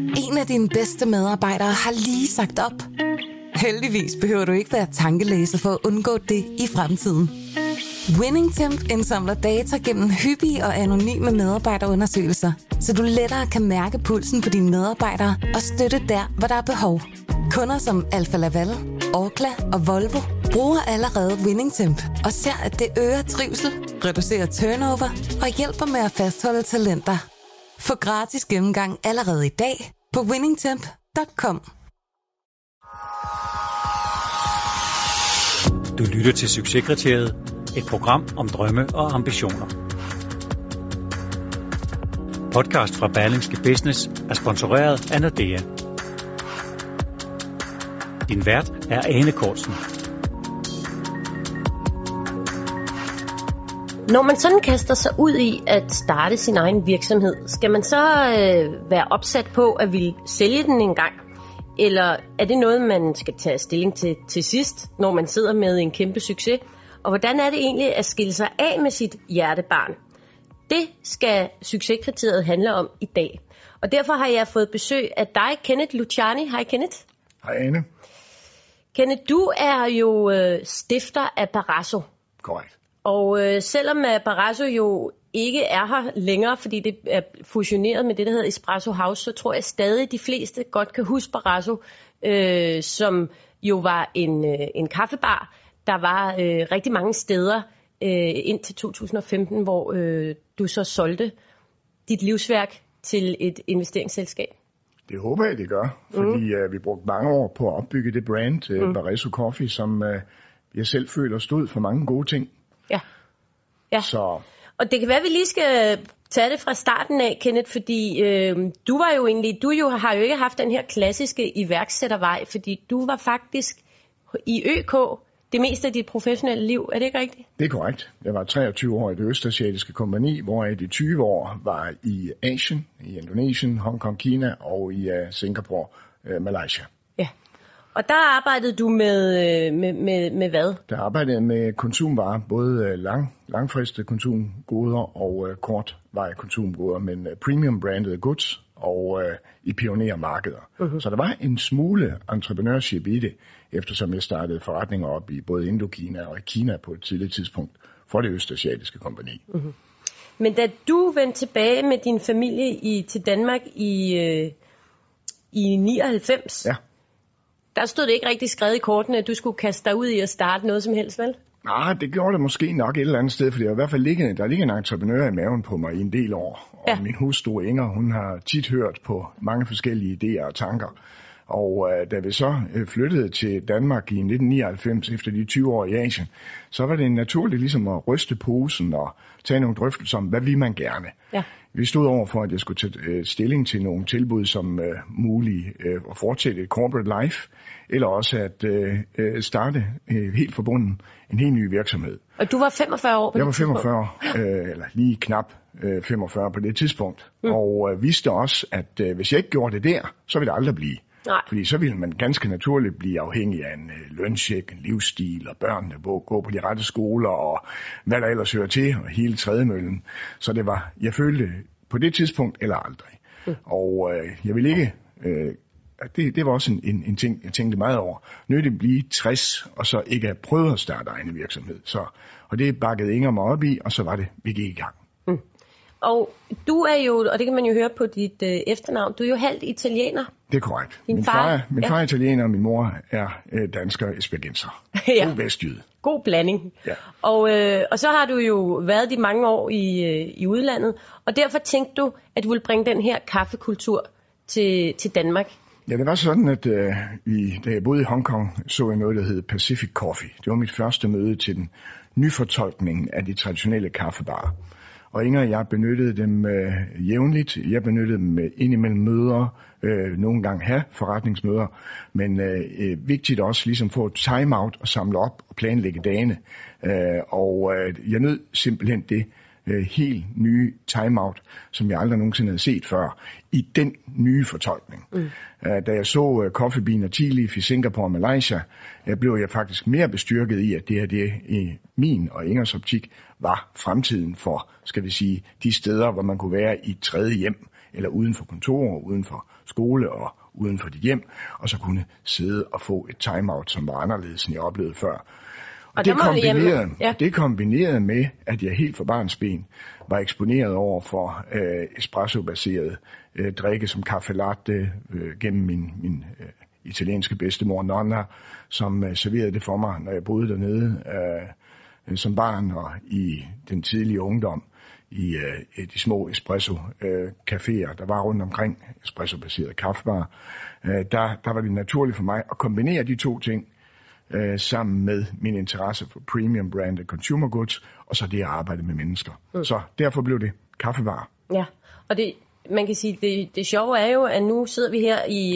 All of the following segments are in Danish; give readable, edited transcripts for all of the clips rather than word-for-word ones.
En af dine bedste medarbejdere har lige sagt op. Heldigvis behøver du ikke være tankelæser for at undgå det i fremtiden. WinningTemp indsamler data gennem hyppige og anonyme medarbejderundersøgelser, så du lettere kan mærke pulsen på dine medarbejdere og støtte der, hvor der er behov. Kunder som Alfa Laval, Orkla og Volvo bruger allerede WinningTemp og ser, at det øger trivsel, reducerer turnover og hjælper med at fastholde talenter. Få gratis gennemgang allerede i dag på winningtemp.com. Du lytter til Succeskriteriet, et program om drømme og ambitioner. Podcast fra Berlingske Business er sponsoreret af Nordea. Din vært er Ane Cortzen. Når man sådan kaster sig ud i at starte sin egen virksomhed, skal man så være opsat på at ville sælge den en gang? Eller er det noget, man skal tage stilling til sidst, når man sidder med en kæmpe succes? Og hvordan er det egentlig at skille sig af med sit hjertebarn? Det skal Succeskriteriet handle om i dag. Og derfor har jeg fået besøg af dig, Kenneth Luciani. Hej Kenneth. Hej Ane. Kenneth, du er jo stifter af Barrasso. Korrekt. Og selvom Barrasso jo ikke er her længere, fordi det er fusioneret med det, der hedder Espresso House, så tror jeg stadig, de fleste godt kan huske Barrasso, som jo var en kaffebar, der var rigtig mange steder indtil 2015, hvor du så solgte dit livsværk til et investeringsselskab. Det håber jeg, det gør, fordi vi brugte mange år på at opbygge det brand, Barresso Coffee, som jeg selv føler stod for mange gode ting. Ja. Så. Og det kan være, at vi lige skal tage det fra starten af, Kenneth, fordi du har jo ikke haft den her klassiske iværksættervej, fordi du var faktisk i ØK det meste af dit professionelle liv. Er det ikke rigtigt? Det er korrekt. Jeg var 23 år i det østasiatiske kompagni, hvor jeg de 20 år var i Asien, i Indonesien, Hongkong, Kina og i Singapore, Malaysia. Ja. Og der arbejdede du med hvad? Der arbejdede med konsumvarer, både langfristede konsumgoder og kortvarige konsumgoder, men premium branded goods og i pionermarkeder. Uh-huh. Så der var en smule entrepreneurship i det, eftersom jeg startede forretninger op i både Indokina og i Kina på et tidligt tidspunkt for det østasiatiske kompagni. Uh-huh. Men da du vendte tilbage med din familie til Danmark i 99, der stod det ikke rigtig skrevet i kortene, at du skulle kaste dig ud i at starte noget som helst, vel? Nej, det gjorde det måske nok et eller andet sted, for der ligger en entreprenør i maven på mig i en del år. Og min hustru Inger, hun har tit hørt på mange forskellige idéer og tanker. Og da vi så flyttede til Danmark i 1999 efter de 20 år i Asien, så var det naturligt ligesom at ryste posen og tage nogle drøftelser om, hvad vil man gerne. Ja. Vi stod over for, at jeg skulle tage stilling til nogle tilbud som muligt at fortsætte et corporate life, eller også at starte helt forbundet en helt ny virksomhed. Og du var 45 år på det tidspunkt? Jeg var 45, eller lige knap 45 på det tidspunkt. Og vidste også, at hvis jeg ikke gjorde det der, så ville det aldrig blive. Nej. Fordi så ville man ganske naturligt blive afhængig af en løncheck, en livsstil og børnene gå på de rette skoler og hvad der ellers hører til og hele trædemøllen. Så jeg følte på det tidspunkt eller aldrig. Og jeg ville ikke, det var også en ting, jeg tænkte meget over. Nødt blive 60 og så ikke have prøvet at starte egen virksomhed. Og det bakkede Inger mig op i, og så var det, vi gik i gang. Og du er jo, og det kan man jo høre på dit efternavn, du er jo halvt italiener. Det er korrekt. Min far er italiener, og min mor er dansker esbjergenser. God vestjyde. God blanding. Ja. Og så har du jo været de mange år i udlandet, og derfor tænkte du, at du ville bringe den her kaffekultur til Danmark. Ja, det var sådan, at da jeg boede i Hongkong, så jeg noget, der hed Pacific Coffee. Det var mit første møde til den nyfortolkning af de traditionelle kaffebarer. Og Inger og jeg benyttede dem jævnligt. Jeg benyttede dem indimellem møder, nogle gange have forretningsmøder, men vigtigt også ligesom få et time-out og samle op og planlægge dagene. Jeg nød simpelthen det helt nye time-out, som jeg aldrig nogensinde havde set før, i den nye fortolkning. Da jeg så Coffee Bean og Tea Leaf i Singapore og Malaysia, blev jeg faktisk mere bestyrket i, at det i min og Ingers optik var fremtiden for, skal vi sige, de steder, hvor man kunne være i et tredje hjem, eller uden for kontor, uden for skole og uden for dit hjem, og så kunne sidde og få et timeout, som var anderledes, end jeg oplevede før. Og det kombineret med, at jeg helt fra barnsben var eksponeret over for espresso-baserede drikke som kaffe latte gennem min italienske bedstemor Nonna, som serverede det for mig, når jeg boede dernede som barn og i den tidlige ungdom i de små espresso-caféer, der var rundt omkring, espresso-baserede kaffebarer. Der var det naturligt for mig at kombinere de to ting sammen med min interesse for premium branded consumer goods, og så det at arbejde med mennesker. Så derfor blev det kaffebar. Ja, og man kan sige, det sjove er jo, at nu sidder vi her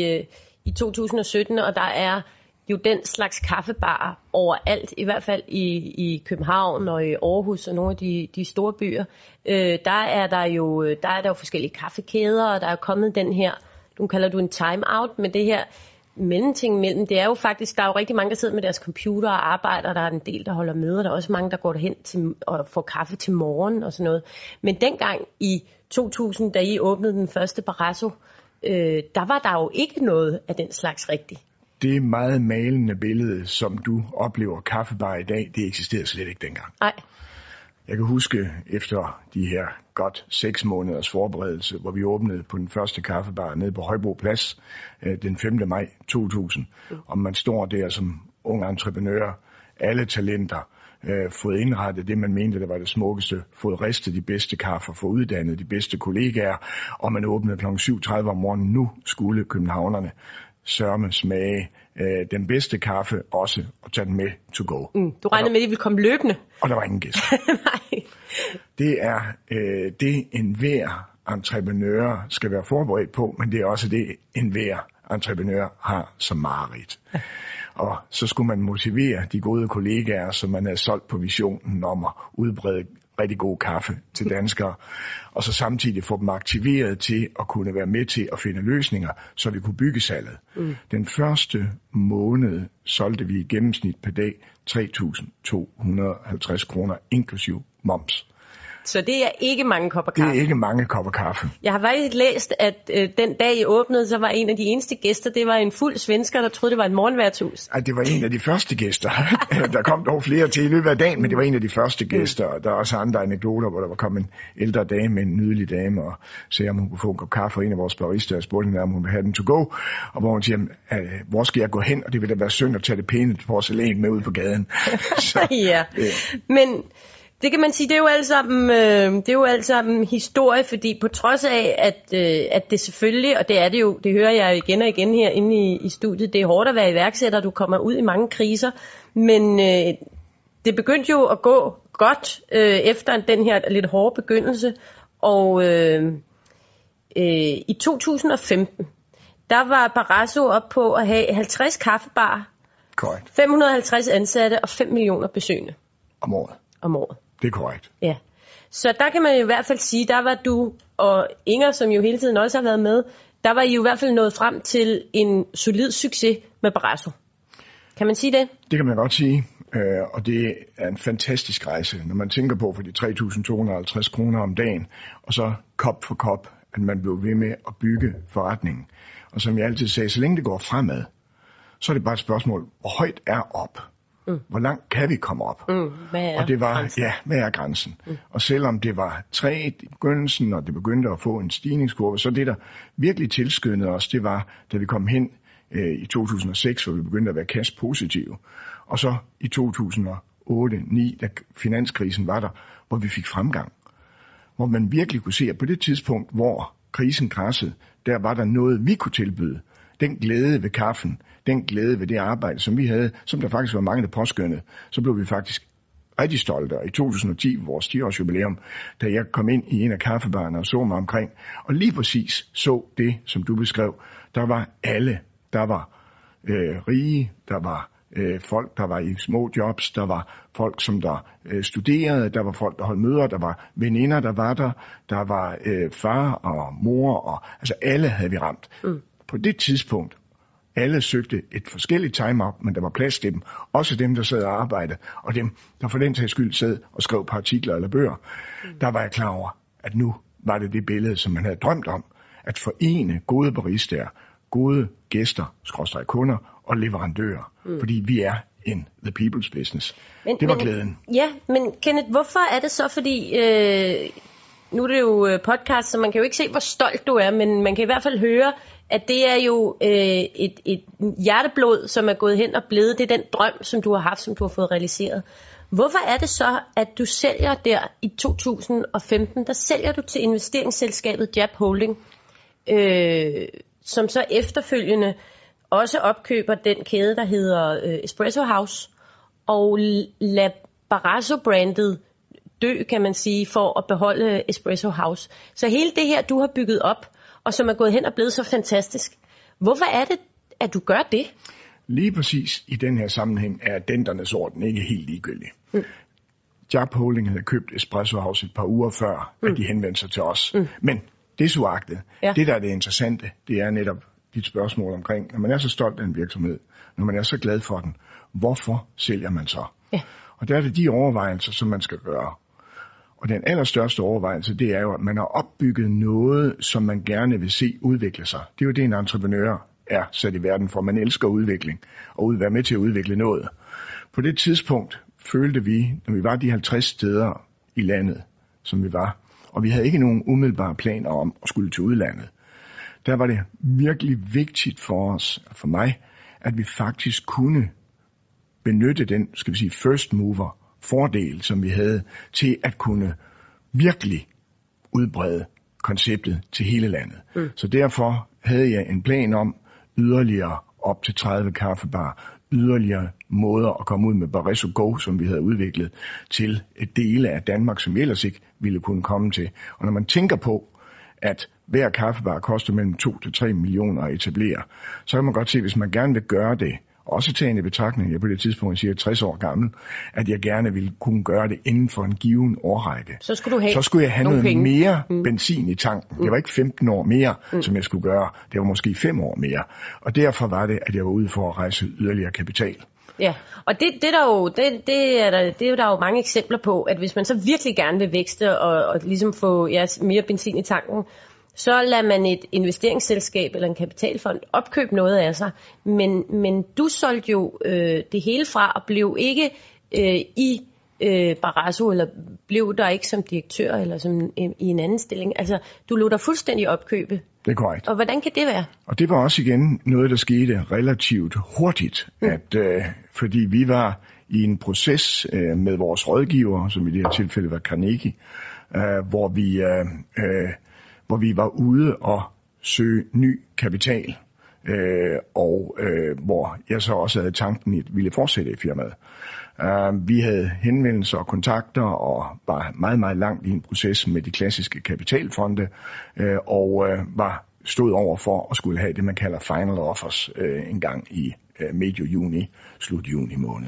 i 2017, og der er jo den slags kaffebarer overalt, i hvert fald i København og i Aarhus og nogle af de store byer. Der er der jo forskellige kaffekæder, og der er kommet den her, nu kalder du en time-out, men det her mellemting mellem, det er jo faktisk, der er jo rigtig mange, der sidder med deres computer og arbejder, der er en del, der holder møder, der er også mange, der går derhen til og får kaffe til morgen og sådan noget. Men dengang i 2000, da I åbnede den første Barrasso, der var der jo ikke noget af den slags rigtigt. Det meget malende billede, som du oplever kaffebar i dag, det eksisterede slet ikke dengang. Nej. Jeg kan huske efter de her godt 6 måneders forberedelse, hvor vi åbnede på den første kaffebar nede på Højbro Plads den 5. maj 2000. Og man står der som ung entreprenør, alle talenter, fået indrettet det, man mente, der var det smukkeste, fået ristet de bedste kaffer, fået uddannet de bedste kollegaer, og man åbnede kl. 7:30 om morgenen. Nu skulle københavnerne sørme smage den bedste kaffe også, og tage den med to go. Du regnede med, at de ville komme løbende. Og der var ingen gæster. Nej. Det er det, enhver entreprenør skal være forberedt på, men det er også det, enhver entreprenør har som mareridt. Og så skulle man motivere de gode kollegaer, som man havde solgt på visionen om at udbrede rigtig god kaffe til danskere, og så samtidig få dem aktiveret til at kunne være med til at finde løsninger, så vi kunne bygge salget. Den første måned solgte vi i gennemsnit per dag 3.250 kroner inklusiv moms. Så det er ikke mange kopper kaffe. Det er ikke mange kopper kaffe. Jeg har faktisk læst, at den dag I åbnede, så var en af de eneste gæster, det var en fuld svensker, der troede, det var et morgenværtshus. Det var en af de første gæster. Der kom dog flere til i løbet af dagen, men det var en af de første gæster. Og der er også andre anekdoter, hvor der var kommet en ældre dame med en nydelig dame, og sagde, om hun kunne få en kop kaffe, og en af vores barister spurgte hende, om hun ville have den to go. Og hvor hun siger, hvor skal jeg gå hen? Og det vil da være synd at tage det pæne porcelæn med ud på gaden. Så, ja, men det kan man sige, det er jo alt sammen historie, fordi på trods af, at det selvfølgelig, og det er det jo, det hører jeg igen og igen herinde i studiet, det er hårdt at være iværksætter, du kommer ud i mange kriser, men det begyndte jo at gå godt efter den her lidt hårde begyndelse, og i 2015, der var Barrasso op på at have 50 kaffebarer, korrekt. 550 ansatte og 5 millioner besøgende. Om året. Det er korrekt. Ja. Så der kan man i hvert fald sige, der var du og Inger, som jo hele tiden også har været med, der var I jo i hvert fald nået frem til en solid succes med Barrasso. Kan man sige det? Det kan man godt sige, og det er en fantastisk rejse, når man tænker på for de 3.250 kroner om dagen, og så kop for kop, at man blev ved med at bygge forretningen. Og som jeg altid sagde, så længe det går fremad, så er det bare et spørgsmål, hvor højt er op? Hvor langt kan vi komme op? Og det var, hvad er grænsen? Og selvom det var trægt i begyndelsen, og det begyndte at få en stigningskurve, så det, der virkelig tilskyndede os, det var, da vi kom hen i 2006, hvor vi begyndte at være cash positive. Og så i 2008-2009, da finanskrisen var der, hvor vi fik fremgang. Hvor man virkelig kunne se, at på det tidspunkt, hvor krisen krassede, der var der noget, vi kunne tilbyde. Den glæde ved kaffen, den glæde ved det arbejde, som vi havde, som der faktisk var mange, der påskyndede, så blev vi faktisk rigtig stolte. Og i 2010, vores 10-års jubilæum, da jeg kom ind i en af kaffebarerne og så mig omkring, og lige præcis så det, som du beskrev, der var alle. Der var rige, der var folk, der var i små jobs, der var folk, som der studerede, der var folk, der holdt møder, der var veninder, der var der var far og mor, og altså alle havde vi ramt. På det tidspunkt, alle søgte et forskelligt time-up, men der var plads til dem. Også dem, der sad og arbejdede, og dem, der for den sags skyld sad og skrev par artikler eller bøger. Der var jeg klar over, at nu var det billede, som man havde drømt om. at forene gode baristaer, gode gæster, /kunder og leverandører. Fordi vi er in the people's business. Det var glæden. Ja, men Kenneth, hvorfor er det så? Fordi nu er det jo podcast, så man kan jo ikke se, hvor stolt du er, men man kan i hvert fald høre, at det er jo et hjerteblod, som er gået hen og blevet. Det er den drøm, som du har haft, som du har fået realiseret. Hvorfor er det så, at du sælger der i 2015, der sælger du til investeringsselskabet Jab Holding, som så efterfølgende også opkøber den kæde, der hedder Espresso House, og lader Barrasso-brandet dø, kan man sige, for at beholde Espresso House. Så hele det her, du har bygget op, og som er gået hen og blevet så fantastisk. Hvorfor er det, at du gør det? Lige præcis i den her sammenhæng er denternes orden ikke helt ligegyldig. Jab Holding havde købt Espresso House et par uger før, at de henvendte sig til os. Men desuagtet, det der er det interessante, det er netop dit spørgsmål omkring, når man er så stolt af en virksomhed, når man er så glad for den, hvorfor sælger man så? Ja. Og der er det de overvejelser, som man skal gøre. Og den allerstørste overvejelse, det er jo, at man har opbygget noget, som man gerne vil se udvikle sig. Det er jo det, en entreprenør er sat i verden for. Man elsker udvikling og være med til at udvikle noget. På det tidspunkt følte vi, når vi var de 50 steder i landet, som vi var, og vi havde ikke nogen umiddelbare planer om at skulle til udlandet, der var det virkelig vigtigt for os, for mig, at vi faktisk kunne benytte den, skal vi sige, first mover fordel, som vi havde, til at kunne virkelig udbrede konceptet til hele landet. Så derfor havde jeg en plan om yderligere op til 30 kaffebar, yderligere måder at komme ud med Barresso Go, som vi havde udviklet, til et dele af Danmark, som vi ellers ikke ville kunne komme til. Og når man tænker på, at hver kaffebar koster mellem 2 til 3 millioner at etablere, så kan man godt se, hvis man gerne vil gøre det, også tage en i betragtning, jeg på det tidspunkt siger 60 år gammel, at jeg gerne ville kunne gøre det inden for en given årrække. Så skulle jeg have noget penge. Mere benzin i tanken. Det var ikke 15 år mere, som jeg skulle gøre. Det var måske 5 år mere. Og derfor var det, at jeg var ude for at rejse yderligere kapital. Ja, og det er der jo mange eksempler på, at hvis man så virkelig gerne vil vækste og ligesom få mere benzin i tanken, så lader man et investeringsselskab eller en kapitalfond opkøbe noget af sig. Men du solgte jo det hele fra og blev ikke i Barrasso, eller blev der ikke som direktør eller som i en anden stilling. Altså, du lod dig fuldstændig opkøbe. Det er korrekt. Og hvordan kan det være? Og det var også igen noget, der skete relativt hurtigt, fordi vi var i en proces med vores rådgiver, som i det her tilfælde var Carnegie, hvor vi var ude og søge ny kapital, hvor jeg så også havde tanken, at ville fortsætte i firmaet. Vi havde henvendelser og kontakter og var meget, meget langt i en proces med de klassiske kapitalfonde og stod over for at skulle have det, man kalder final offers en gang i medio juni, slut juni måned.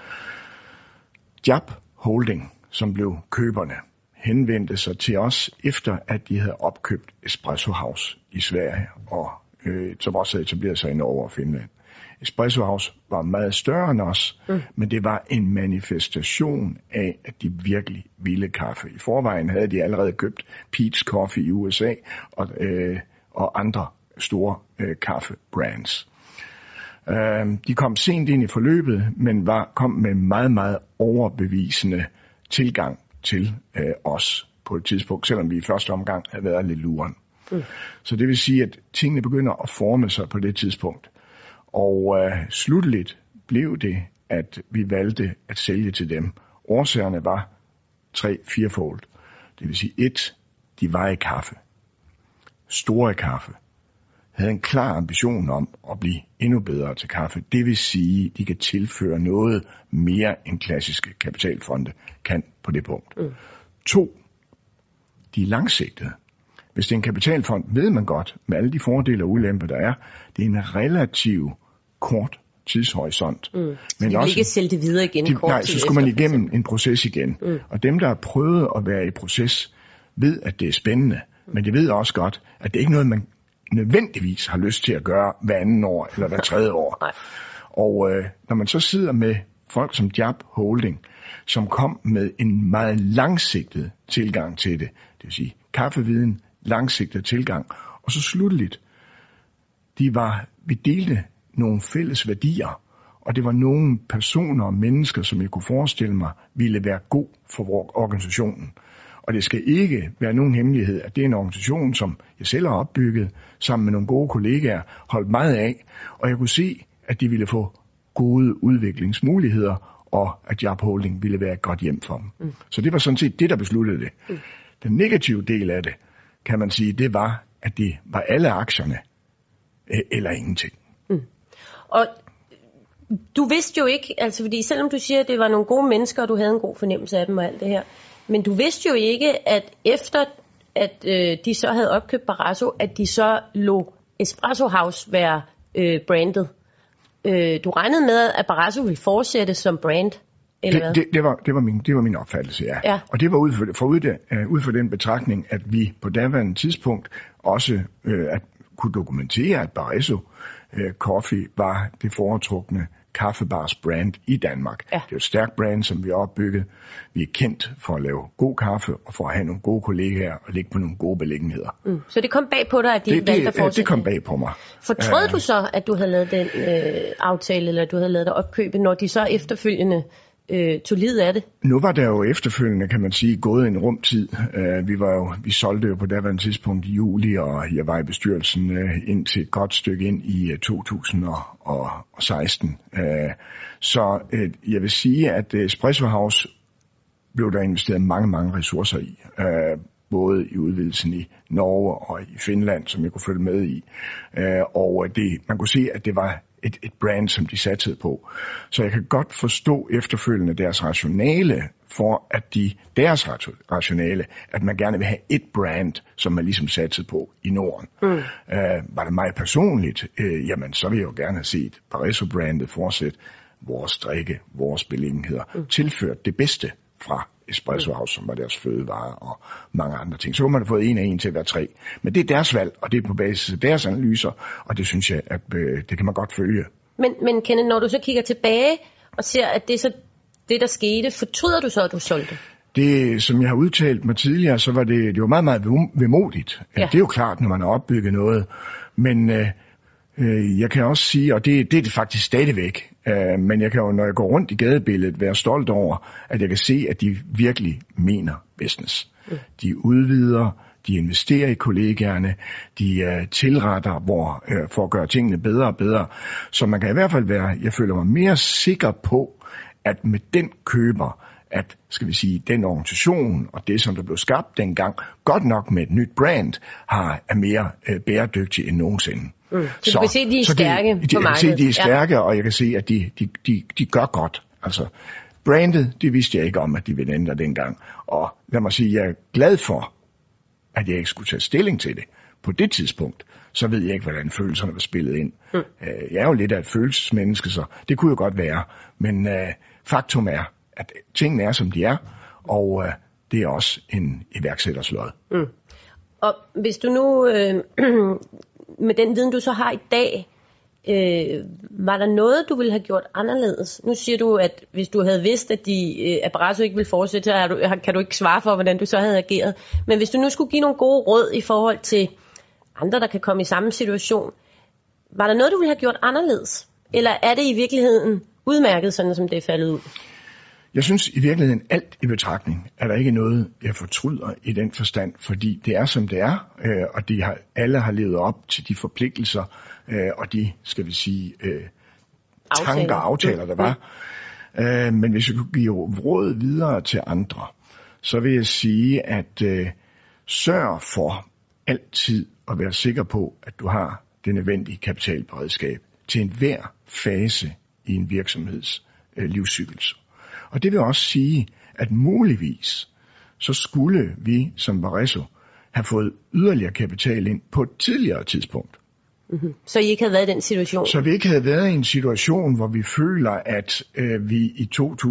Jab Holding, som blev køberne, henvendte sig til os efter, at de havde opkøbt Espresso House i Sverige, og som også havde etableret sig i Norge og Finland. Espresso House var meget større end os, men det var en manifestation af, at de virkelig ville kaffe. I forvejen havde de allerede købt Peet's Coffee i USA og andre store kaffebrands. De kom sent ind i forløbet, men kom med en meget, meget overbevisende tilgang til os på et tidspunkt, selvom vi i første omgang havde været lidt luren. Så det vil sige, at tingene begynder at forme sig på det tidspunkt. Og slutteligt blev det, at vi valgte at sælge til dem. Årsagerne var 3-4-fold. Det vil sige 1, de var i kaffe. Store i kaffe. Havde en klar ambition om at blive endnu bedre til kaffe. Det vil sige, de kan tilføre noget mere end klassiske kapitalfonde kan på det punkt. 2, de er langsigtede. Hvis det er en kapitalfond, ved man godt, med alle de fordele og ulemper, der er, det er en relativ kort tidshorisont. Men de vil ikke sælge det videre igen i kort tid. Nej, så skulle man igennem en proces igen. Og dem, der har prøvet at være i proces, ved, at det er spændende. Men de ved også godt, at det ikke er noget, man nødvendigvis har lyst til at gøre hver anden år eller hver tredje år. Nej. Og når man så sidder med folk som Jab Holding, som kom med en meget langsigtet tilgang til det vil sige kaffeviden, langsigtet tilgang, Og så slutteligt, vi delte nogle fælles værdier, og det var nogle personer og mennesker, som jeg kunne forestille mig, ville være god for organisationen. Og det skal ikke være nogen hemmelighed, at det er en organisation, som jeg selv har opbygget, sammen med nogle gode kollegaer, holdt meget af, og jeg kunne se, at de ville få gode udviklingsmuligheder, og at Jaap Holding ville være et godt hjem for dem. Så det var sådan set det, der besluttede det. Den negative del af det, kan man sige, det var, at det var alle aktierne, eller ingenting. Og du vidste jo ikke, altså fordi selvom du siger, at det var nogle gode mennesker, og du havde en god fornemmelse af dem og alt det her, men du vidste jo ikke, at efter at de så havde opkøbt Barrasso, at de så lå Espresso House være brandet. Du regnede med, at Barrasso ville fortsætte som brand, eller hvad? Det var min opfattelse, ja. Og det var ud fra den betragtning, at vi på daværende tidspunkt også at kunne dokumentere, at Barrasso Coffee var det foretrukne kaffebars brand i Danmark. Ja. Det er et stærkt brand, som vi har opbygget. Vi er kendt for at lave god kaffe og for at have nogle gode kollegaer og ligge på nogle gode beliggenheder. Så det kom bag på dig, at de valgte at fortsætte? Det kom bag på mig. Fortrød du så, at du havde lavet den aftale, eller at du havde lavet det opkøbe, når de så efterfølgende tog lid af det? Nu var der jo efterfølgende, kan man sige, gået en rumtid. Vi solgte jo på daværende tidspunkt i juli, og jeg var i bestyrelsen indtil et godt stykke ind i 2016. Så jeg vil sige, at Espresso House blev der investeret mange ressourcer i. Både i udvidelsen i Norge og i Finland, som jeg kunne følge med i. Og man kunne se, at det var et brand, som de satsede på. Så jeg kan godt forstå efterfølgende deres rationale for, at at man gerne vil have et brand, som man ligesom satsede på i Norden. Var det mig personligt, jamen så vil jeg jo gerne have set Barrasso-brandet fortsætte vores drikke, vores beliggenheder, tilført det bedste fra Espresso House, som var deres fødevare og mange andre ting. Så kunne man have fået en af en til at være 3. Men det er deres valg, og det er på basis af deres analyser, og det synes jeg, at det kan man godt følge. Men Kenneth, når du så kigger tilbage og ser, at det er så det, der skete, fortryder du så, at du solgte? Det, som jeg har udtalt mig tidligere, så var det var meget vemodigt. Ja. Det er jo klart, når man har opbygget noget. Men jeg kan også sige, og det er det faktisk stadigvæk, men jeg kan jo, når jeg går rundt i gadebilledet, være stolt over, at jeg kan se, at de virkelig mener business. De udvider, de investerer i kollegaerne, de tilretter for at gøre tingene bedre og bedre. Så man kan i hvert fald jeg føler mig mere sikker på, at med den køber, at skal vi sige, den organisation og det, som der blev skabt dengang, godt nok med et nyt brand, er mere bæredygtig end nogensinde. Så du kan se, at de er stærke på markedet. Jeg kan se, at de er stærke, og jeg kan se, at de gør godt. Altså, brandet, det vidste jeg ikke om, at de ville ændre dengang. Og lad mig sige, jeg er glad for, at jeg ikke skulle tage stilling til det. På det tidspunkt, så ved jeg ikke, hvordan følelserne var spillet ind. Jeg er jo lidt af et følelsesmenneske, så det kunne jo godt være. Men faktum er, at tingene er, som de er, og det er også en iværksætterslød. Og hvis du nu, med den viden, du så har i dag, var der noget, du ville have gjort anderledes? Nu siger du, at hvis du havde vidst, at Barrasso ikke ville fortsætte, så kan du ikke svare for, hvordan du så havde ageret. Men hvis du nu skulle give nogle gode råd i forhold til andre, der kan komme i samme situation, var der noget, du ville have gjort anderledes? Eller er det i virkeligheden udmærket, sådan som det er faldet ud? Jeg synes i virkeligheden alt i betragtning, er der ikke noget, jeg fortryder i den forstand, fordi det er som det er, og alle har levet op til de forpligtelser og de, skal vi sige, tanker og aftaler, der var. Men hvis jeg kunne give råd videre til andre, så vil jeg sige, at sørg for altid at være sikker på, at du har det nødvendige kapitalberedskab til enhver fase i en virksomheds livscykel. Og det vil også sige, at muligvis så skulle vi som Barrasso have fået yderligere kapital ind på et tidligere tidspunkt. Så I ikke havde været i den situation? Så vi ikke havde været i en situation, hvor vi føler, at vi i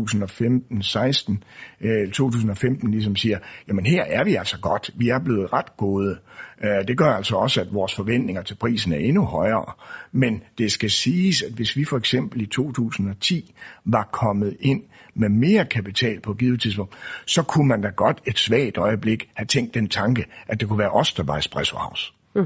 2015 ligesom siger, jamen her er vi altså godt, vi er blevet ret gode. Det gør altså også, at vores forventninger til prisen er endnu højere. Men det skal siges, at hvis vi for eksempel i 2010 var kommet ind med mere kapital på et givet tidspunkt, så kunne man da godt et svagt øjeblik have tænkt den tanke, at det kunne være os, der var Espresso House.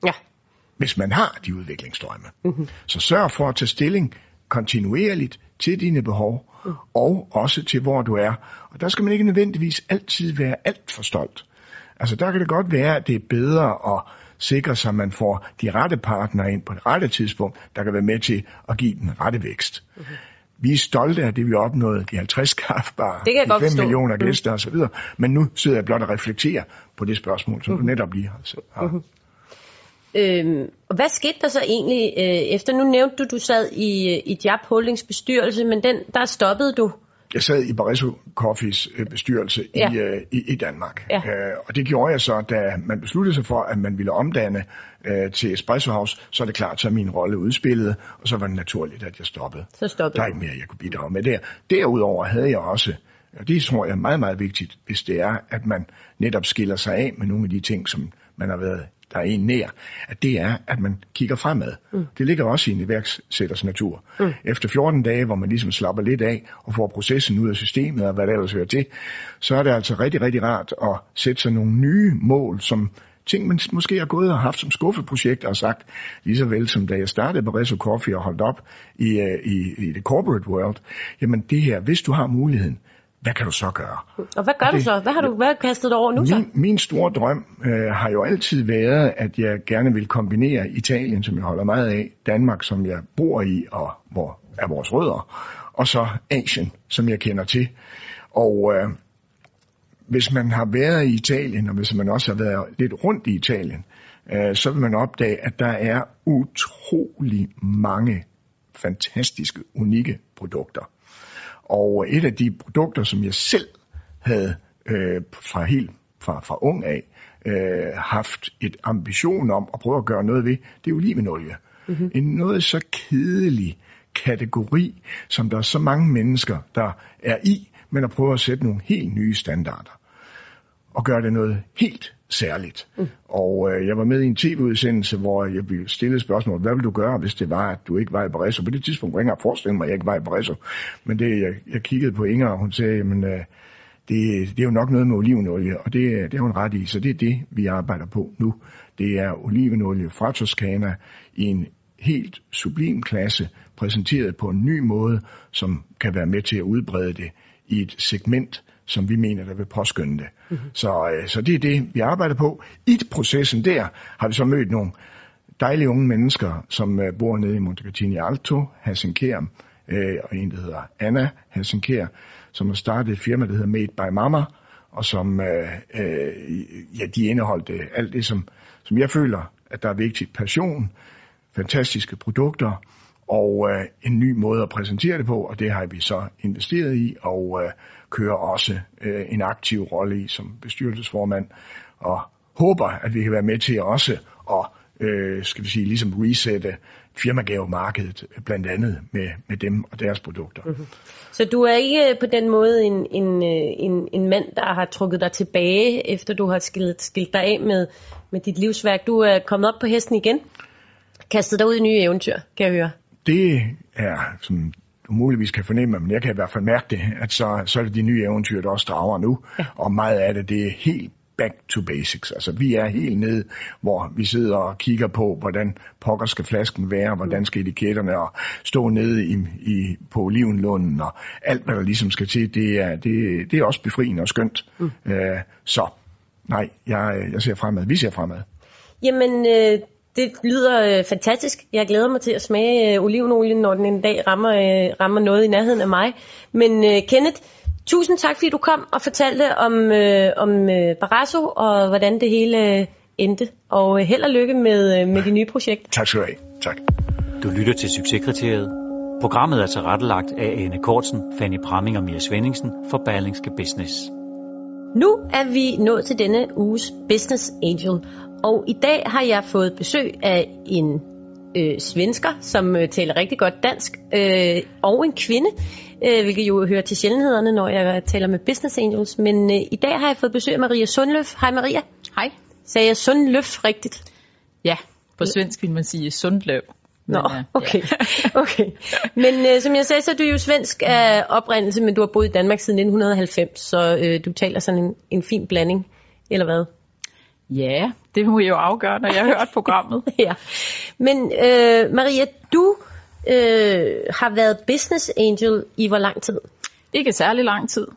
Ja. Hvis man har de udviklingsdrømme. Så sørg for at tage stilling kontinuerligt til dine behov, og også til hvor du er. Og der skal man ikke nødvendigvis altid være alt for stolt. Altså der kan det godt være, at det er bedre at sikre sig, at man får de rette partnere ind på det rette tidspunkt, der kan være med til at give den rette vækst. Vi er stolte af det, vi opnåede, de 50 kaffebarer, de 5 millioner gæster osv., men nu sidder jeg blot og reflekterer på det spørgsmål, som du netop lige har. Og hvad skete der så egentlig efter? Nu nævnte du sad i Jab Holdings bestyrelse, men der stoppede du. Jeg sad i Baresso Coffees bestyrelse i Danmark. Ja. Og det gjorde jeg så, da man besluttede sig for, at man ville omdanne til Espresso House, så er det klart, så min rolle udspillede, og så var det naturligt, at jeg stoppede. Så stoppede. Der er ikke mere, jeg kunne bidrage med der. Derudover havde jeg også, og det tror jeg er meget, meget vigtigt, hvis det er, at man netop skiller sig af med nogle af de ting, som man har været der er en nær, at det er, at man kigger fremad. Det ligger også i en iværksætters natur. Efter 14 dage, hvor man ligesom slapper lidt af og får processen ud af systemet og hvad der ellers hører til, så er det altså rigtig, rigtig rart at sætte sig nogle nye mål, som ting, man måske har gået og haft som skuffeprojekter og sagt, lige så vel som da jeg startede Baresso Coffee og holdt op i det corporate world, jamen det her, hvis du har muligheden, hvad kan du så gøre? Og hvad gør du så? Hvad har du kastet dig over nu så? Min store drøm har jo altid været, at jeg gerne vil kombinere Italien, som jeg holder meget af, Danmark, som jeg bor i, og hvor er vores rødder, og så Asien, som jeg kender til. Og hvis man har været i Italien, og hvis man også har været lidt rundt i Italien, så vil man opdage, at der er utrolig mange fantastiske, unikke produkter. Og et af de produkter, som jeg selv havde fra ung af haft et ambition om at prøve at gøre noget ved, det er olivenolie. En noget så kedelig kategori, som der er så mange mennesker, der er i, men at prøve at sætte nogle helt nye standarder. Og gøre det noget helt særligt. Og jeg var med i en tv-udsendelse, hvor jeg blev stillet spørgsmål, hvad vil du gøre, hvis det var, at du ikke var i Baresso? På det tidspunkt var jeg forestille mig, at jeg ikke var i Baresso. Men det, jeg kiggede på Inger, og hun sagde, men det er jo nok noget med olivenolie, og det er hun ret i. Så det er det, vi arbejder på nu. Det er olivenolie fra Toscana i en helt sublim klasse, præsenteret på en ny måde, som kan være med til at udbrede det i et segment, som vi mener, der vil påskynde det. Så det er det, vi arbejder på. I processen der har vi så mødt nogle dejlige unge mennesker, som bor nede i Montecatini Alto, Helsinki, og en, der hedder Anna Helsinki, som har startet et firma, der hedder Made by Mama, og som de indeholdt alt det, som jeg føler, at der er vigtigt. Passion, fantastiske produkter, og en ny måde at præsentere det på, og det har vi så investeret i, og kører også en aktiv rolle i som bestyrelsesformand, og håber, at vi kan være med til også at skal vi sige, ligesom resette firmagavemarkedet, blandt andet med dem og deres produkter. Så du er ikke på den måde en mand, der har trukket dig tilbage, efter du har skilt dig af med dit livsværk. Du er kommet op på hesten igen, kastet dig ud i nye eventyr, kan jeg høre. Det er, som du muligvis kan fornemme, men jeg kan i hvert fald mærke det, at så er det de nye eventyr, der også drager nu, og meget af det er helt back to basics. Altså vi er helt nede, hvor vi sidder og kigger på, hvordan pokker skal flasken være, hvordan skal etiketterne og stå nede på olivenlunden, og alt hvad der ligesom skal til, det er også befriende og skønt. Så nej, jeg ser fremad. Vi ser fremad. Jamen, det lyder fantastisk. Jeg glæder mig til at smage olivenolien, når den en dag rammer noget i nærheden af mig. Men Kenneth, tusind tak, fordi du kom og fortalte om Baresso og hvordan det hele endte. Og held og lykke med de nye projekter. Tak skal du have. Tak. Du lytter til Succeskriteriet. Programmet er tilrettelagt af Ane Kortsen, Fanny Pramming og Mia Svenningsen for Berlingske Business. Nu er vi nået til denne uges Business Angel. Og i dag har jeg fået besøg af en svensker, som taler rigtig godt dansk, og en kvinde, hvilket jo hører til sjældenhederne, når jeg taler med Business Angels. Men i dag har jeg fået besøg af Maria Sundløf. Hej Maria. Hej. Sagde jeg Sundløf rigtigt? Ja, på svensk vil man sige Sundløv. Nå, okay. Okay. Men som jeg sagde, så er du jo svensk af oprindelse, men du har boet i Danmark siden 1990, så du taler sådan en fin blanding, eller hvad? Ja, det må I jo afgøre, når jeg har hørt programmet. Ja. Men Maria, du har været business angel i hvor lang tid? Ikke særlig lang tid.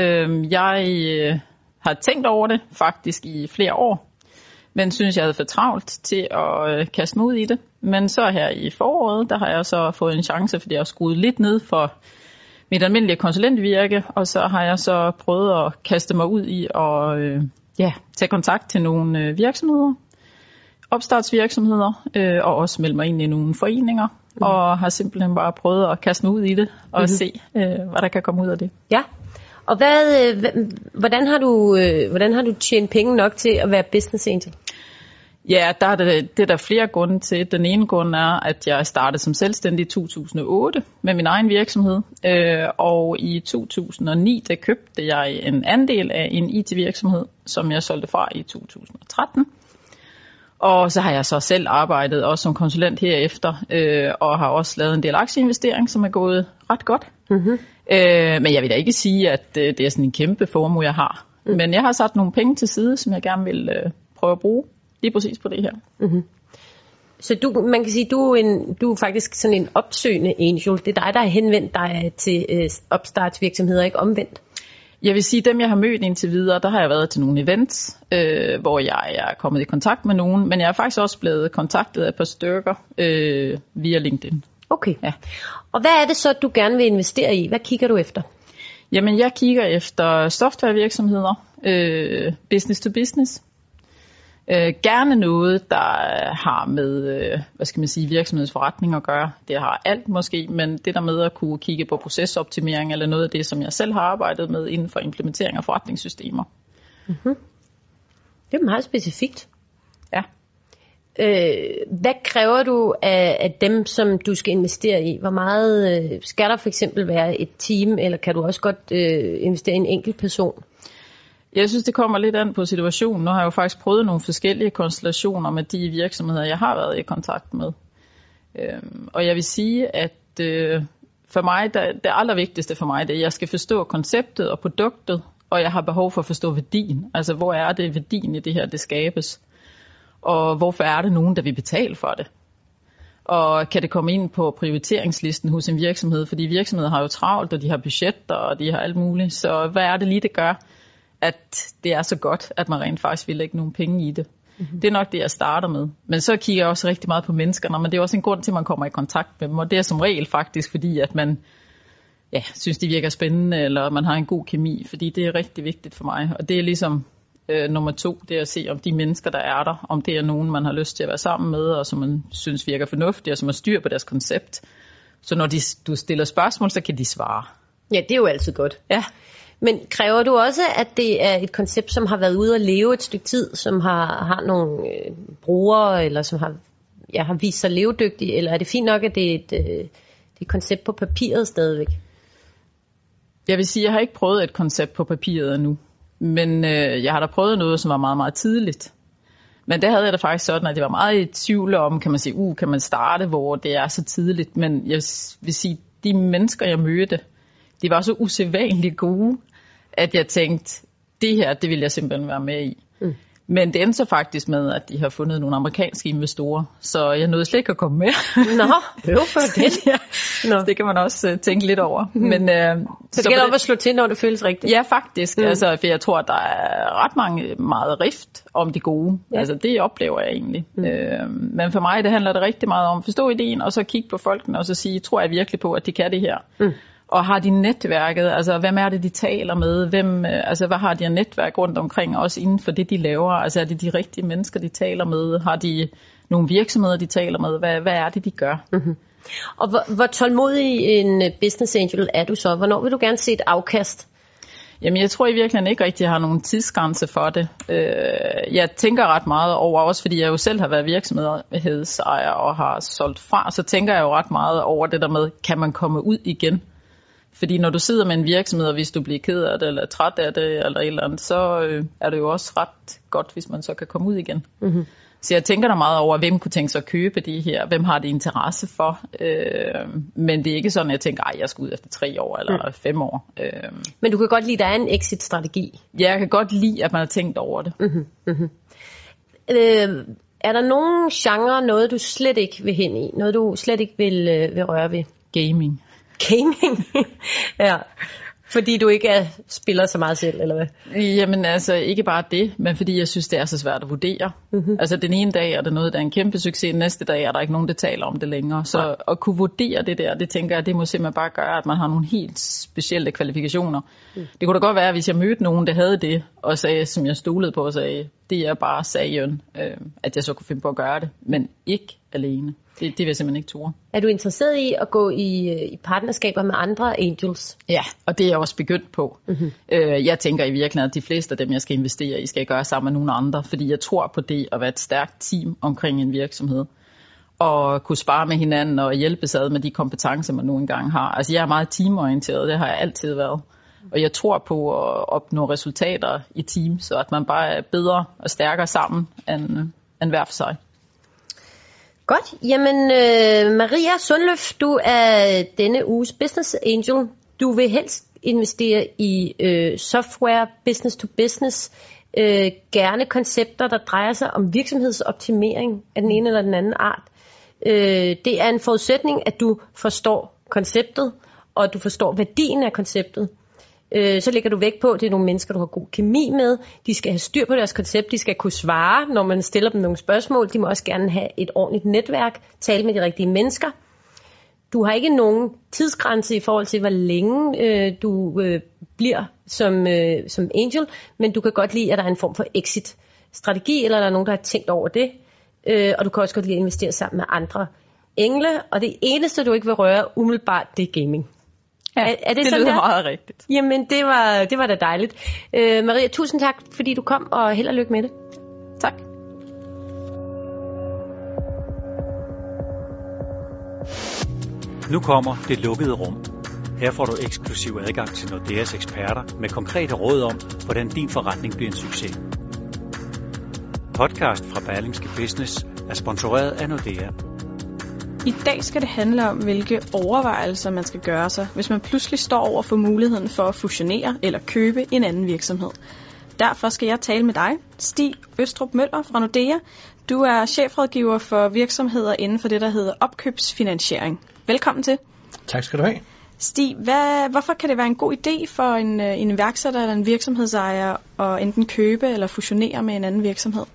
Jeg har tænkt over det faktisk i flere år, men synes, jeg havde for travlt til at kaste mig ud i det. Men så her i foråret, der har jeg så fået en chance, fordi jeg har skruet lidt ned for mit almindelige konsulentvirke, og så har jeg så prøvet at kaste mig ud i at tage kontakt til nogle virksomheder, opstartsvirksomheder, og også melde mig ind i nogle foreninger, og har simpelthen bare prøvet at kaste mig ud i det, og se, hvad der kan komme ud af det. Ja, og hvordan har du tjent penge nok til at være business angel? Ja, det er der flere grunde til. Den ene grund er, at jeg startede som selvstændig i 2008 med min egen virksomhed, og i 2009 der købte jeg en andel af en IT-virksomhed, som jeg solgte fra i 2013. Og så har jeg så selv arbejdet også som konsulent herefter, og har også lavet en del aktieinvestering, som er gået ret godt. Mm-hmm. Men jeg vil da ikke sige, at det er sådan en kæmpe formue, jeg har. Men jeg har sat nogle penge til side, som jeg gerne vil prøve at bruge lige præcis på det her. Mm-hmm. Så man kan sige, du er faktisk sådan en opsøgende angel. Det er dig, der har henvendt dig til opstartsvirksomheder, ikke omvendt? Jeg vil sige, dem jeg har mødt indtil videre, der har jeg været til nogle events, hvor jeg er kommet i kontakt med nogen, men jeg er faktisk også blevet kontaktet af et par stykker via LinkedIn. Okay. Ja. Og hvad er det så, du gerne vil investere i? Hvad kigger du efter? Jamen, jeg kigger efter softwarevirksomheder, business to business. Gerne noget, der har med, virksomhedsforretning at gøre. Det har alt måske, men det der med at kunne kigge på procesoptimering, eller noget af det, som jeg selv har arbejdet med inden for implementering af forretningssystemer. Mm-hmm. Det er meget specifikt. Ja. Hvad kræver du af dem, som du skal investere i? Hvor meget skal der for eksempel være et team, eller kan du også godt investere i en enkelt person? Jeg synes, det kommer lidt an på situationen. Nu har jeg jo faktisk prøvet nogle forskellige konstellationer med de virksomheder, jeg har været i kontakt med. Og jeg vil sige, at for mig, det allervigtigste for mig, det er, at jeg skal forstå konceptet og produktet, og jeg har behov for at forstå værdien. Altså, hvor er det værdien i det her, det skabes? Og hvorfor er det nogen, der vil betale for det? Og kan det komme ind på prioriteringslisten hos en virksomhed? Fordi virksomheder har jo travlt, og de har budgetter, og de har alt muligt. Så hvad er det lige, det gør, at det er så godt, at man rent faktisk vil lægge nogle penge i det? Mm-hmm. Det er nok det, jeg starter med. Men så kigger jeg også rigtig meget på menneskerne, men det er også en grund til, at man kommer i kontakt med dem. Og det er som regel faktisk, fordi at man synes, de virker spændende, eller man har en god kemi, fordi det er rigtig vigtigt for mig. Og det er ligesom nummer 2, det er at se, om de mennesker, der er der, om det er nogen, man har lyst til at være sammen med, og som man synes virker fornuftige, og som har styr på deres koncept. Så når du stiller spørgsmål, så kan de svare. Ja, det er jo altid godt. Ja. Men kræver du også, at det er et koncept, som har været ude at leve et stykke tid, som har nogle brugere, eller som har vist sig levedygtige, eller er det fint nok, at det er et koncept på papiret stadigvæk? Jeg vil sige, at jeg har ikke prøvet et koncept på papiret endnu, men jeg har da prøvet noget, som var meget, meget tidligt. Men der havde jeg da faktisk sådan, at det var meget i tvivl om, kan man starte, hvor det er så tidligt. Men jeg vil sige, de mennesker, jeg mødte, de var så usædvanligt gode, at jeg tænkte, det her, det vil jeg simpelthen være med i. Mm. Men det endte så faktisk med, at de har fundet nogle amerikanske investorer, så jeg nåede slet ikke at komme med. Nå, for det. Ja. Så det kan man også tænke lidt over. Men, så det gælder op at slå til, når det føles rigtigt? Ja, faktisk. Altså, for jeg tror, at der er ret meget rift om de gode. Ja. Altså, det oplever jeg egentlig. Men for mig, det handler det rigtig meget om at forstå ideen, og så kigge på folkene, og så sige, tror jeg virkelig på, at de kan det her? Mm. Og har de netværket, altså hvem er det, de taler med? Hvad har de af netværk rundt omkring, også inden for det, de laver? Altså er det de rigtige mennesker, de taler med? Har de nogle virksomheder, de taler med? Hvad er det, de gør? Mm-hmm. Og hvor tålmodig en business angel er du så? Hvornår vil du gerne se et afkast? Jamen jeg tror i virkeligheden ikke rigtig, jeg har nogen tidsgrænse for det. Jeg tænker ret meget over, også fordi jeg jo selv har været virksomhedsejer og har solgt fra, så tænker jeg jo ret meget over det der med, kan man komme ud igen? Fordi når du sidder med en virksomhed, og hvis du bliver ked af det, eller træt af det, eller et eller andet, så er det jo også ret godt, hvis man så kan komme ud igen. Mm-hmm. Så jeg tænker da meget over, hvem kunne tænke sig at købe de her, hvem har det interesse for. Men det er ikke sådan, at jeg tænker, jeg skal ud efter 3 år eller 5 år. Men du kan godt lide, at der er en exit-strategi? Ja, jeg kan godt lide, at man har tænkt over det. Mm-hmm. Mm-hmm. Er der nogen genre, noget du slet ikke vil hen i? Noget du slet ikke vil røre ved? Gaming. Gaming? Ja. Fordi du ikke spiller så meget selv, eller hvad? Jamen altså, ikke bare det, men fordi jeg synes, det er så svært at vurdere. Mm-hmm. Altså den ene dag er det noget, der er en kæmpe succes, den næste dag er der ikke nogen, der taler om det længere. Så at kunne vurdere det der, det tænker jeg, det må simpelthen bare gøre, at man har nogle helt specielle kvalifikationer. Det kunne da godt være, hvis jeg mødte nogen, der havde det, og sagde, som jeg stolede på, og sagde, det er bare sagen, at jeg så kunne finde på at gøre det, men ikke alene. Det vil jeg simpelthen ikke turde. Er du interesseret i at gå i partnerskaber med andre angels? Ja, og det er jeg også begyndt på. Mm-hmm. Jeg tænker i virkeligheden, at de fleste af dem, jeg skal investere i, skal jeg gøre sammen med nogle andre, fordi jeg tror på det at være et stærkt team omkring en virksomhed. Og kunne spare med hinanden og hjælpes ad med de kompetencer, man nu engang har. Altså jeg er meget teamorienteret, det har jeg altid været. Og jeg tror på at opnå resultater i team, så at man bare er bedre og stærkere sammen end hver for sig. Godt. Jamen, Maria Sundløf, du er denne uges Business Angel. Du vil helst investere i software, business to business, gerne koncepter, der drejer sig om virksomhedsoptimering af den ene eller den anden art. Det er en forudsætning, at du forstår konceptet, og at du forstår værdien af konceptet. Så lægger du vægt på, at det er nogle mennesker, du har god kemi med. De skal have styr på deres koncept. De skal kunne svare, når man stiller dem nogle spørgsmål. De må også gerne have et ordentligt netværk. Tale med de rigtige mennesker. Du har ikke nogen tidsgrænse i forhold til, hvor længe du bliver som angel. Men du kan godt lide, at der er en form for exit-strategi, eller der er nogen, der har tænkt over det. Og du kan også godt lide at investere sammen med andre engle. Og det eneste, du ikke vil røre umiddelbart, det er gaming. Ja, er det lyder meget rigtigt. Jamen, det var da dejligt. Maria, tusind tak, fordi du kom, og held og lykke med det. Tak. Nu kommer Det Lukkede Rum. Her får du eksklusiv adgang til Nordeas eksperter med konkrete råd om, hvordan din forretning bliver en succes. Podcast fra Berlingske Business er sponsoreret af Nordea. I dag skal det handle om, hvilke overvejelser man skal gøre sig, hvis man pludselig står over for muligheden for at fusionere eller købe en anden virksomhed. Derfor skal jeg tale med dig, Stig Østrup Møller fra Nordea. Du er chefrådgiver for virksomheder inden for det, der hedder opkøbsfinansiering. Velkommen til. Tak skal du have. Stig, hvorfor kan det være en god idé for en iværksætter eller en virksomhedsejer at enten købe eller fusionere med en anden virksomhed?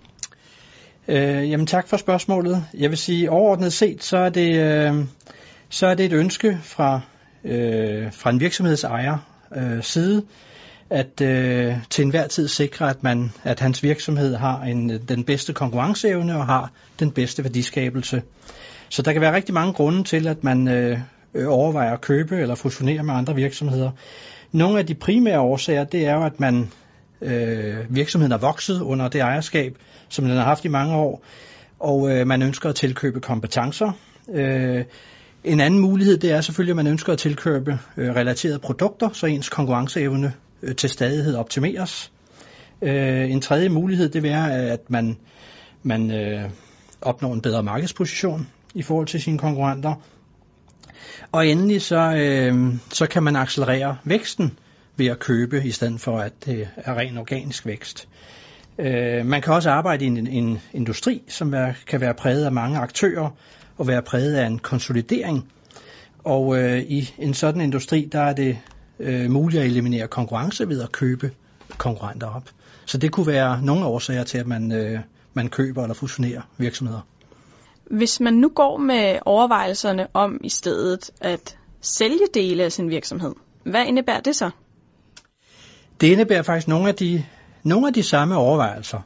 Jamen tak for spørgsmålet. Jeg vil sige, overordnet set, så er det et ønske fra en virksomhedsejer side, at til enhver tid sikre, at hans virksomhed har den bedste konkurrenceevne og har den bedste værdiskabelse. Så der kan være rigtig mange grunde til, at man overvejer at købe eller fusionere med andre virksomheder. Nogle af de primære årsager, det er jo, at virksomheden er vokset under det ejerskab, som den har haft i mange år, og man ønsker at tilkøbe kompetencer. En anden mulighed, det er selvfølgelig, at man ønsker at tilkøbe relaterede produkter, så ens konkurrenceevne til stadighed optimeres. En tredje mulighed, det vil være, at man opnår en bedre markedsposition i forhold til sine konkurrenter. Og endelig så kan man accelerere væksten ved at købe, i stedet for at det er ren organisk vækst. Man kan også arbejde i en industri, som kan være præget af mange aktører og være præget af en konsolidering. Og i en sådan industri, der er det muligt at eliminere konkurrence ved at købe konkurrenter op. Så det kunne være nogle årsager til, at man køber eller fusionerer virksomheder. Hvis man nu går med overvejelserne om i stedet at sælge dele af sin virksomhed, hvad indebærer det så? Det indebærer faktisk nogle af de samme overvejelser.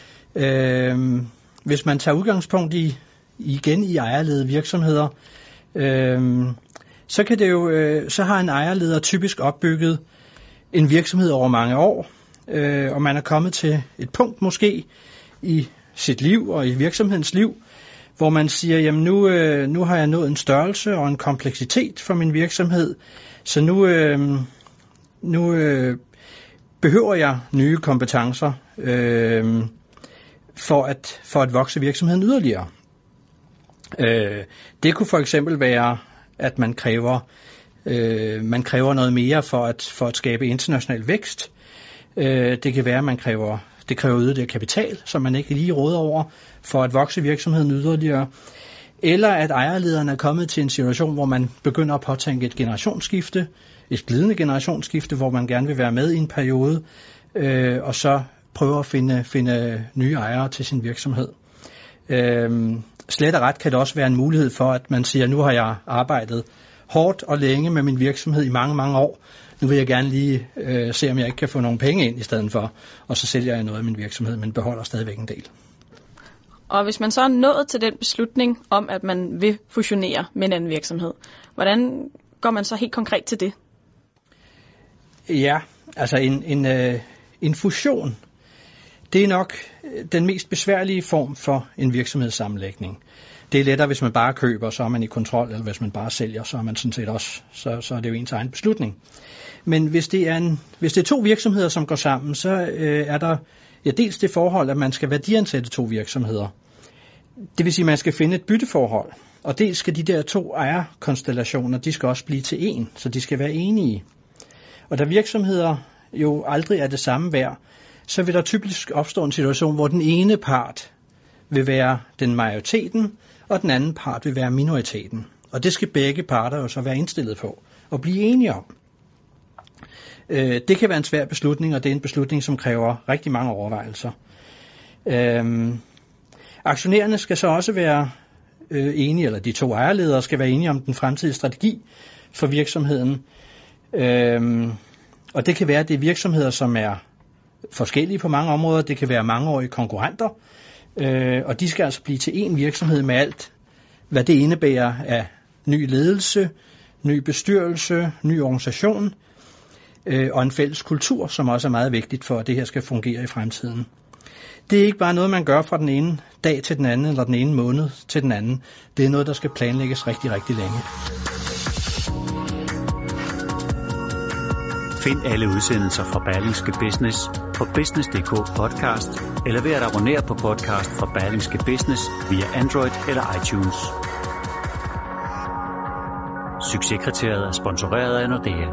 Hvis man tager udgangspunkt i ejerledede virksomheder, så har en ejerleder typisk opbygget en virksomhed over mange år, og man er kommet til et punkt måske i sit liv og i virksomhedens liv, hvor man siger, jamen nu har jeg nået en størrelse og en kompleksitet for min virksomhed, så nu behøver jeg nye kompetencer for at vokse virksomheden yderligere. Det kunne for eksempel være, at man kræver noget mere for at skabe international vækst. Det kan være, at man kræver Det kræver yderligere kapital, som man ikke lige råder over, for at vokse virksomheden yderligere. Eller at ejerlederen er kommet til en situation, hvor man begynder at påtænke et generationsskifte, et glidende generationsskifte, hvor man gerne vil være med i en periode, og så prøve at finde nye ejere til sin virksomhed. Slet og ret kan det også være en mulighed for, at man siger, nu har jeg arbejdet hårdt og længe med min virksomhed i mange, mange år. Nu vil jeg gerne lige se, om jeg ikke kan få nogle penge ind i stedet for, og så sælger jeg noget af min virksomhed, men beholder stadigvæk en del. Og hvis man så er nået til den beslutning om, at man vil fusionere med en anden virksomhed, hvordan går man så helt konkret til det? Ja, altså en fusion, det er nok den mest besværlige form for en virksomhedssammenlægning. Det er lettere, hvis man bare køber, så er man i kontrol, eller hvis man bare sælger, så er man sådan set også, så er det jo ens egen beslutning. Men hvis det er to virksomheder, som går sammen, så er der dels det forhold, at man skal værdiansætte to virksomheder. Det vil sige, at man skal finde et bytteforhold. Og dels skal de der to ejerkonstellationer, de skal også blive til én, så de skal være enige. Og da virksomheder jo aldrig er det samme værd, så vil der typisk opstå en situation, hvor den ene part vil være den majoriteten, og den anden part vil være minoriteten. Og det skal begge parter jo så være indstillet på og blive enige om. Det kan være en svær beslutning, og det er en beslutning, som kræver rigtig mange overvejelser. Aktionærerne skal så også være enige, eller de to ejerledere skal være enige om den fremtidige strategi for virksomheden. Og det kan være, at det er virksomheder, som er forskellige på mange områder. Det kan være mangeårige konkurrenter, og de skal altså blive til én virksomhed med alt, hvad det indebærer af ny ledelse, ny bestyrelse, ny organisation og en fælles kultur, som også er meget vigtigt for, at det her skal fungere i fremtiden. Det er ikke bare noget, man gør fra den ene dag til den anden, eller den ene måned til den anden. Det er noget, der skal planlægges rigtig, rigtig længe. Find alle udsendelser fra Berlingske Business på business.dk podcast, eller ved at abonnere på podcast fra Berlingske Business via Android eller iTunes. Succeskriteriet er sponsoreret af Nordea.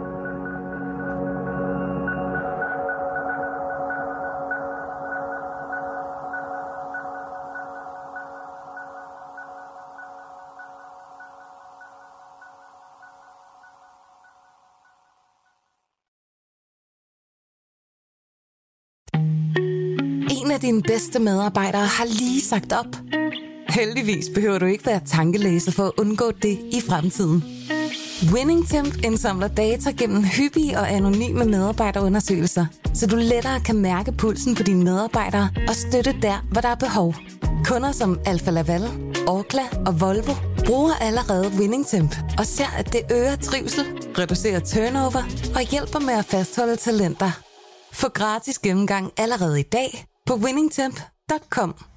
En af dine bedste medarbejdere har lige sagt op. Heldigvis behøver du ikke være tankelæser for at undgå det i fremtiden. WinningTemp indsamler data gennem hyppige og anonyme medarbejderundersøgelser, så du lettere kan mærke pulsen på dine medarbejdere og støtte der, hvor der er behov. Kunder som Alfa Laval, Orkla og Volvo bruger allerede WinningTemp og ser, at det øger trivsel, reducerer turnover og hjælper med at fastholde talenter. Få gratis gennemgang allerede i dag på winningtemp.com.